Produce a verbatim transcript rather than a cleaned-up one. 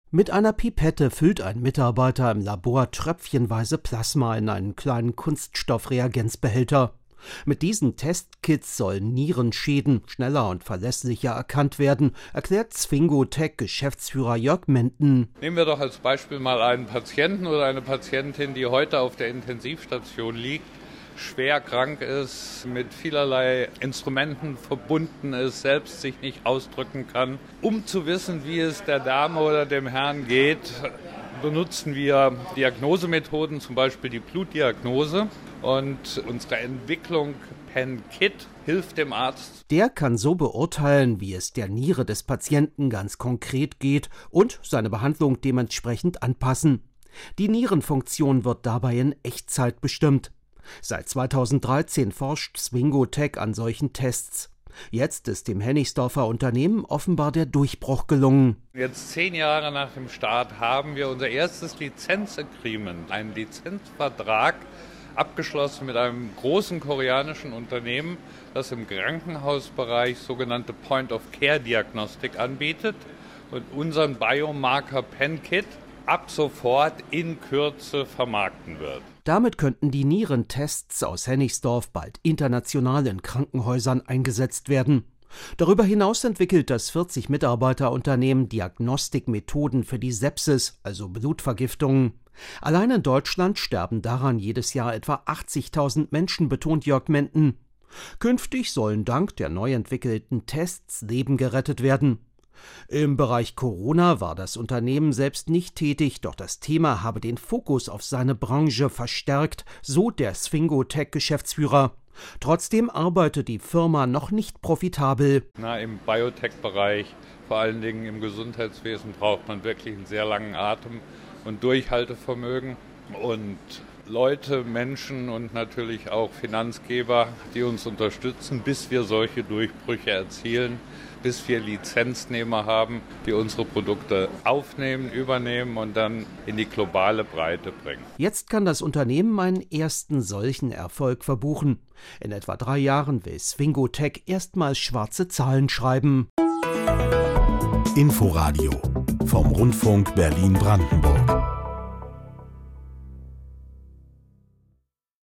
Mit einer Pipette füllt ein Mitarbeiter im Labor tröpfchenweise Plasma in einen kleinen Kunststoffreagenzbehälter. Mit diesen Testkits sollen Nierenschäden schneller und verlässlicher erkannt werden, erklärt Zwingotec-Geschäftsführer Jörg Menten. Nehmen wir doch als Beispiel mal einen Patienten oder eine Patientin, die heute auf der Intensivstation liegt, schwer krank ist, mit vielerlei Instrumenten verbunden ist, selbst sich nicht ausdrücken kann. Um zu wissen, wie es der Dame oder dem Herrn geht, benutzen wir Diagnosemethoden, zum Beispiel die Blutdiagnose. Und unsere Entwicklung PenKit hilft dem Arzt. Der kann so beurteilen, wie es der Niere des Patienten ganz konkret geht und seine Behandlung dementsprechend anpassen. Die Nierenfunktion wird dabei in Echtzeit bestimmt. Seit zweitausenddreizehn forscht Zwingotec an solchen Tests. Jetzt ist dem Hennigsdorfer Unternehmen offenbar der Durchbruch gelungen. Jetzt zehn Jahre nach dem Start haben wir unser erstes Lizenzagreement, einen Lizenzvertrag, abgeschlossen mit einem großen koreanischen Unternehmen, das im Krankenhausbereich sogenannte Point-of-Care-Diagnostik anbietet und unseren Biomarker PenKit ab sofort in Kürze vermarkten wird. Damit könnten die Nierentests aus Hennigsdorf bald international in Krankenhäusern eingesetzt werden. Darüber hinaus entwickelt das vierzig Mitarbeiter-Unternehmen Diagnostikmethoden für die Sepsis, also Blutvergiftungen. Allein in Deutschland sterben daran jedes Jahr etwa achtzigtausend Menschen, betont Jörg Menten. Künftig sollen dank der neu entwickelten Tests Leben gerettet werden. Im Bereich Corona war das Unternehmen selbst nicht tätig, doch das Thema habe den Fokus auf seine Branche verstärkt, so der Zwingotec-Geschäftsführer. Trotzdem arbeitet die Firma noch nicht profitabel. Na, im Biotech-Bereich, vor allen Dingen im Gesundheitswesen, braucht man wirklich einen sehr langen Atem und Durchhaltevermögen und Leute, Menschen und natürlich auch Finanzgeber, die uns unterstützen, bis wir solche Durchbrüche erzielen, bis wir Lizenznehmer haben, die unsere Produkte aufnehmen, übernehmen und dann in die globale Breite bringen. Jetzt kann das Unternehmen einen ersten solchen Erfolg verbuchen. In etwa drei Jahren will Zwingotec erstmals schwarze Zahlen schreiben. Inforadio vom Rundfunk Berlin-Brandenburg.